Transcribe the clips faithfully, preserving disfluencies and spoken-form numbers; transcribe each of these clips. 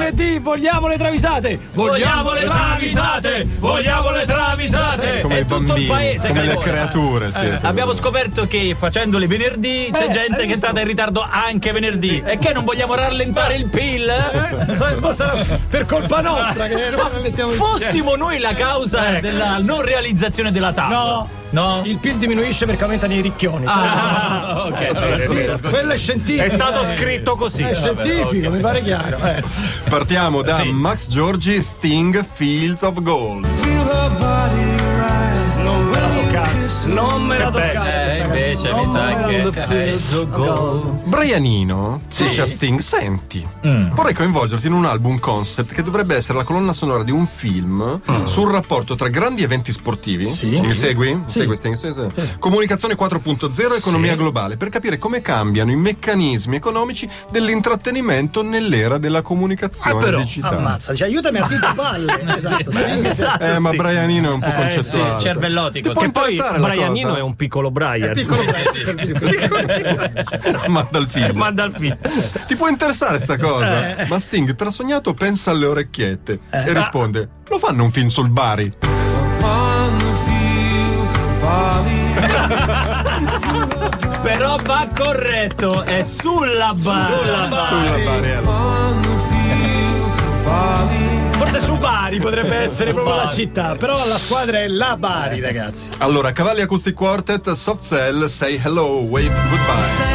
lunedì, vogliamo le travisate! Vogliamo le travisate! Vogliamo le travisate! Come È i tutto bambini, il paese come che le lavora. creature, sì. Eh, abbiamo scoperto che facendole venerdì c'è Eh, gente hai che è stata in ritardo anche venerdì. E che non vogliamo rallentare il P I L? Eh, sai, sarà per colpa nostra che non mettiamo in- Fossimo noi la causa della non realizzazione della tavola. No. No? Il P I L diminuisce perché aumentano i ricchioni. Ah, ok. Quello è scientifico. È stato scritto così. È scientifico, mi pare chiaro. Eh. Partiamo da Sì. Max Giorgi, Sting, Fields of Gold. Non me la toccare. Non me la toccare. Eh, invece mi sa che Brianino dice a Sting: senti, vorrei coinvolgerti in un album concept che dovrebbe essere la colonna sonora di un film sul rapporto tra grandi eventi sportivi. Sì. Mi segui? Sì. Segui, Sting? Sì, sì. Comunicazione quattro punto zero, economia globale, per capire come cambiano i meccanismi economici dell'intrattenimento nell'era della comunicazione Ah, però, digitale. Ammazza, cioè, aiutami a dire palle. Esatto, Sting, sì. Eh, ma Brianino è un po' concettuale. cervellotico. Ti può Che poi interessare la Brianino cosa? è un piccolo Brian. Piccolo Manda il figlio. Manda il film. Ti può interessare sta cosa? Ma Sting, trasognato, pensa alle orecchiette e risponde: lo fanno un film sul Bari? Però va corretto, è sulla barra. Sulla Bari. Sulla Bari, eh, lo so. Forse su Bari potrebbe essere proprio la città, però la squadra è la Bari, ragazzi. Allora, Cavalli Acoustic Quartet, Soft Cell, Say Hello, Wave Goodbye.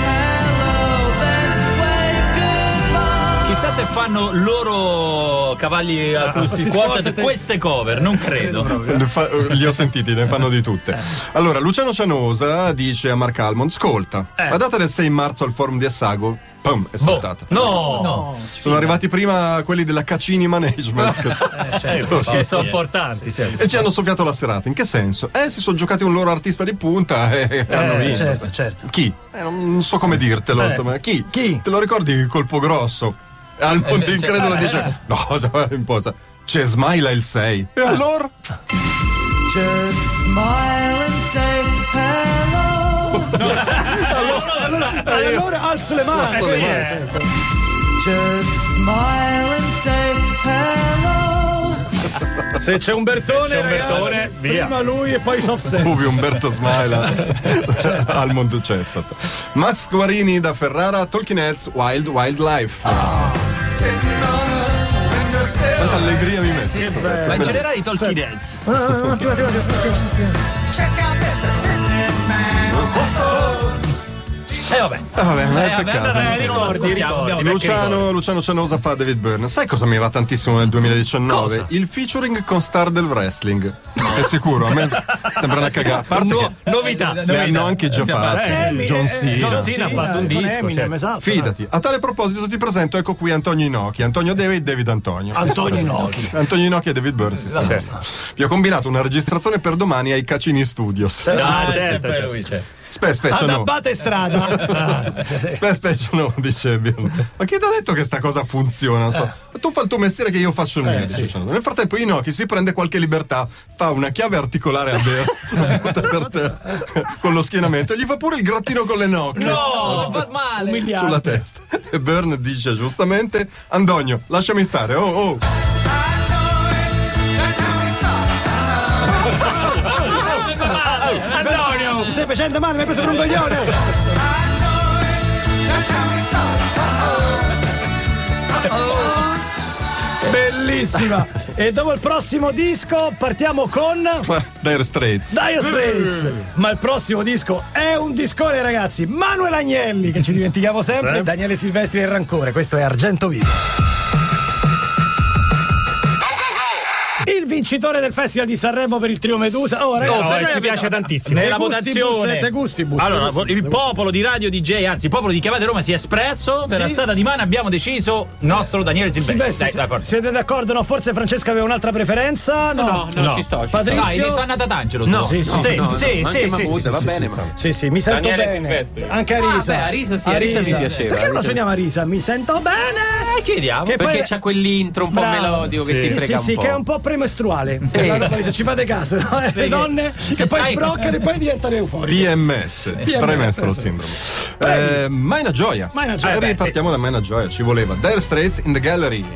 Chissà se fanno loro cavalli acustici quartet queste cover, non credo. Ne fa- li ho sentiti, ne fanno di tutte. Allora, Luciano Cianosa dice a Mark Almond: ascolta, la data del sei marzo al forum di Assago, pum, è saltata. No, No, Sono arrivati prima quelli della Caccini Management che sono importanti. Sì. e ci hanno soffiato la serata. In che senso? Eh, si sono giocati un loro artista di punta e hanno vinto. certo, certo. Chi? Eh, non so come dirtelo, Eh, insomma. Chi? chi? Te lo ricordi il colpo grosso? Al punto incredulo dice: no, cosa in posa? C'è Smaila il sei. E allora? Allora, allora alzo le mani. Alzo le Sì, mani. eh, certo. Se c'è un Bertone, Se c'è un Bertone, ragazzi, via. prima lui e poi Soft Cell. Bubi Umberto Smaila. Almond Cessat. Max Guarini da Ferrara, Talking Heads, Wild Wild Life. Quanta allegria mi metti. Ma in generale i Talking Heads. Ah, un attimo, un attimo, un attimo, un attimo. E vabbè. Ah, vabbè, non è Eh, vabbè, peccato. vabbè, ricordi, ricordi. Luciano, Luciano Cianosa fa David Byrne. Sai cosa mi va tantissimo nel duemiladiciannove? Cosa? Il featuring con star del wrestling. Sei sicuro? A me sembra una cagata. A parte Nu- che novità. le hanno anche già fatte. Eh, John eh, Cena. John Cena ha fatto un con disco, Eminem, certo. esatto. Fidati. A tale proposito ti presento, ecco qui Antonio Inoki, Antonio David, David Antonio. Antonio Inoki. Antonio Inoki e David Byrne si stanno. Vi ho combinato una registrazione per domani ai Caccini Studios. Ah, certo, sempre certo. lui c'è. Aspetta, aspetta, Ad no. Abate strada. Aspetta, aspetta, no, dice Biondo. Ma chi ti ha detto che sta cosa funziona? Non so. Tu fai il tuo mestiere che io faccio il mio. Eh, dice sì. Cianosa. Nel frattempo Inoki si prende qualche libertà, fa una chiave articolare a Byrne per te, con lo schienamento e gli fa pure il grattino con le nocche No, fa male. Umiliante. sulla testa. E Byrne dice giustamente: Antonio, lasciami stare. Oh, oh. Antonio! Mi stai facendo male, mi hai preso per un coglione. Bellissima. E dopo il prossimo disco partiamo con Dire Straits. Dire Straits. Ma il prossimo disco è un discone, ragazzi. Manuel Agnelli, che ci dimentichiamo sempre, Eh. Daniele Silvestri e Rancore. Questo è Argento Vivo. Il vincitore del Festival di Sanremo per il trio Medusa. Oh, ragazzi, No, Sanremo- ci piace tantissimo. Nella De gustibus, votazione. de gustibus, Allora, de gustibus, il de popolo di Radio D J, anzi il popolo di Chiamate Roma si è espresso. Per Sì. alzata di mano abbiamo deciso nostro Daniele Silvestri. Silvestri, Dai, d'accordo. siete d'accordo? No, forse Francesca aveva un'altra preferenza? No, No, no, ci sto. Ci sto. Patrizio? No, hai detto Anna Tatangelo. No, tu. sì, sì, sì, no, sì, no, sì, anche sì, Mahmood, sì, va sì, bene, sì. ma Sì, sì, mi sento Daniele bene. Silvestri. Anche Arisa. Ah, beh, Arisa sì, Arisa mi piaceva, Perché non la Arisa. suoniamo Arisa? Mi sento bene. Eh, chiediamo. Che Perché poi- c'ha quell'intro un po' Bravo. melodico che Sì. ti Sì, frega sì, un sì, po'. che è un po' premestruale. È la roba, se ci fate caso, no? Eh, le donne che poi sai- sbroccano e poi diventano euforiche. P M S, P M S, premestrual sì. syndrome. Eh, mai una gioia. Mai una gioia. Eh, Eh, beh, ripartiamo da mai una gioia, ci voleva. Dire Straits in the Gallery.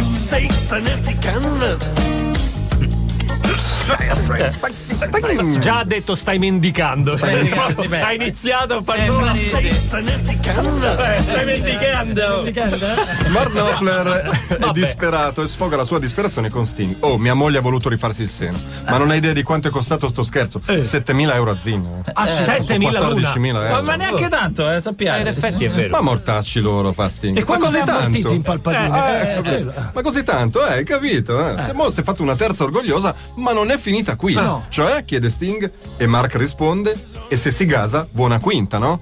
Già ha detto stai mendicando. mendicando, sì, beh. Ha iniziato a fare Eh, solo palese. Eh, stai mendicando. Mark Knopfler è disperato e sfoga la sua disperazione con Sting. Oh, mia moglie ha voluto rifarsi il seno. Ma non hai idea di quanto è costato sto scherzo? settemila euro a zinno. A settemila l'una. quattordicimila Ma, euro. ma neanche tanto, eh, sappiamo. Eh, in effetti è vero. Ma mortacci loro, fa Sting. E quando ma le così ammortizzi tanto? in palpatino? Ah, Eh, ecco, eh, quello. ma così tanto, eh, hai capito? Eh? Se mo si è fatto una terza orgogliosa, ma non è finita qui. Cioè, chiede Sting e Mark risponde: e se si gasa, buona quinta, no?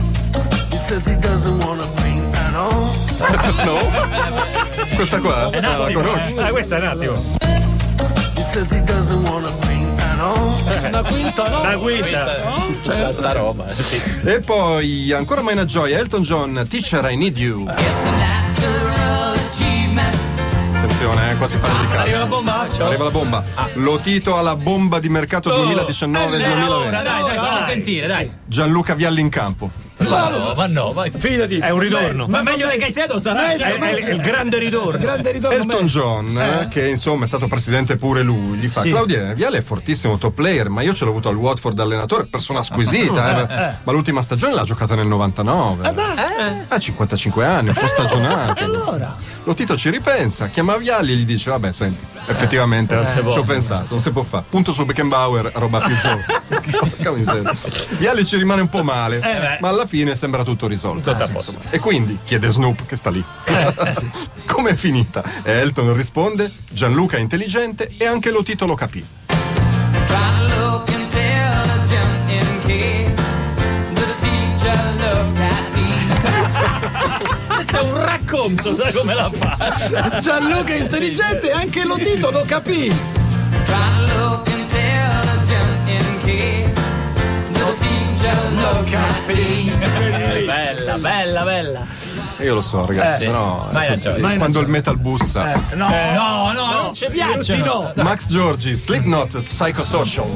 No? Questa qua? Un la attimo, conosci? eh. Ah, questa è un attimo. Una quinta, no? La quinta. Tanta roba. eh, Sì. E poi, ancora mai una gioia, Elton John, Teacher, I Need You. Attenzione, eh, qua si parla di calcio. Arriva la bomba? Arriva la bomba. Lo Tito alla bomba di mercato duemiladiciannove Eh, ora, duemilaventi. dai, dai, fammi sentire, dai. Gianluca Vialli in campo. Ma no, ma no, vai. Fidati. È un ritorno. Ma meglio di Caicedo sarà. Meglio, cioè, È, è- è il grande ritorno. Grande ritorno. Elton meglio. John, eh, che insomma è stato presidente pure lui, gli fa: Sì. Claudia, Viale è fortissimo, top player, ma io ce l'ho avuto al Watford da allenatore, persona squisita, eh, ma l'ultima stagione l'ha giocata nel novantanove. Ha cinquantacinque anni, un po' stagionato. Allora. Lo Tito ci ripensa, chiama Vialli e gli dice: vabbè, senti, effettivamente non si può, ci ho sì, pensato, non si può fare. Punto su Beckenbauer, roba più giovane. Porca miseria. Vialli ci rimane un po' male, beh. ma alla fine sembra tutto risolto. Tutto a posto. E quindi chiede Snoop, che sta lì: com'è finita? E Elton risponde: Gianluca è intelligente e anche lo Tito lo capì. Questo è un racconto, da come la fa. Gianluca è intelligente e anche lo Tito lo capì. Lo capì. Bella, bella, bella. E io lo so, ragazzi, Eh, però vai, è così. vai, vai, quando il metal bussa. No, No, no, non ci piacciono. Max Giorgi, Slipknot, Psychosocial.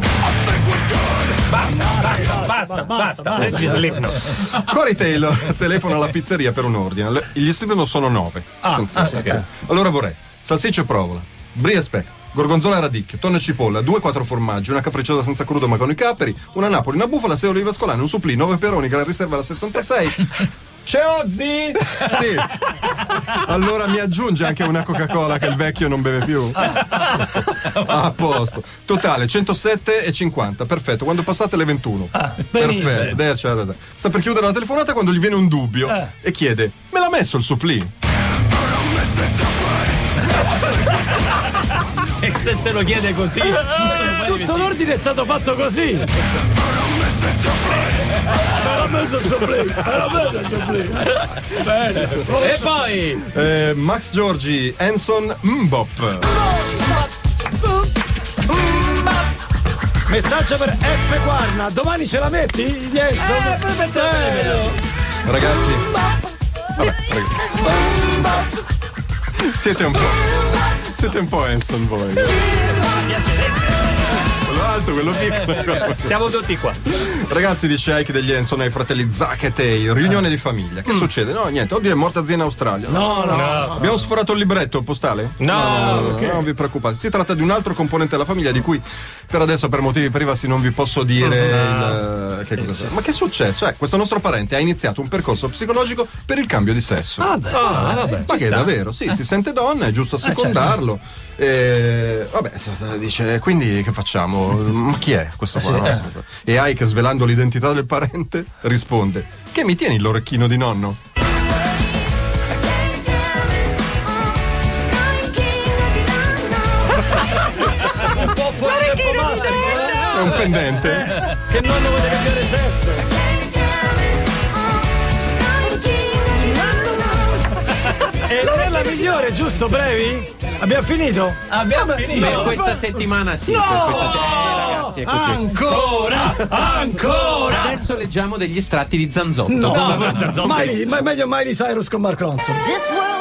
Basta, basta, basta. Gli Slipknot. Corey Taylor telefona alla pizzeria per un ordine. Le- Gli Slipknot sono nove. Attenzione. Allora vorrei salsiccia e provola, brie e speck, gorgonzola e radicchio, tonno e cipolla, due quattro formaggi, una capricciosa senza crudo ma con i caperi, una Napoli, una bufala, sei olive ascolane, un supplì, nove peroni, gran riserva alla sessantasei. C'è Ozzy? Sì. Allora mi aggiunge anche una Coca-Cola che il vecchio non beve più. A posto. Totale centosette e cinquanta. Perfetto. Quando passate le ventuno. benissimo. Perfetto. Dai, c'è ragione. Sta per chiudere la telefonata quando gli viene un dubbio Eh. e chiede: me l'ha messo il supplì? E se te lo chiede così. Tutto l'ordine è stato fatto così. Me l'ha messo il supplì. Me l'ha messo il supplì. Bene. E poi Eh, Max Giorgi, Hanson Mbop. Messaggio per F Quarna. Domani ce la metti? Gli Enzo? Eh, poi pensate bene. Ragazzi. Vabbè, ragazzi. Siete un po'. Siete un po' Hanson voi. Quello alto, quello piccolo. Siamo tutti qua. Ragazzi, dice Ike degli Hanson ai fratelli Zack e Tay, riunione di famiglia. Che succede? No, niente, oddio è morta zia in Australia. No, no. Abbiamo sforato il libretto postale? No, no, non vi preoccupate. Si tratta di un altro componente della famiglia di cui per adesso per motivi privacy non vi posso dire il, che cosa sia. Ma che è successo? Eh, questo nostro parente ha iniziato un percorso psicologico per il cambio di sesso. Ah, beh. Ah, vabbè. Ma che è davvero? Sì, si sente donna, è giusto assecondarlo. E, vabbè, dice, quindi che facciamo? Ma chi è questo qua? No? E Ike, svelando l'identità del parente, risponde: che mi tieni l'orecchino di nonno? Un po' fuori tempo massimo, eh? È un pendente? Che nonno vuole cambiare sesso. E non è la migliore, giusto, Brevi? Abbiamo finito? abbiamo finito. Per questa settimana sì, No! per questa se- eh, ragazzi, è così. Ancora! Ancora! Adesso leggiamo degli estratti di Zanzotto. No, Miley, ma meglio Miley Cyrus con Mark Ronson. This world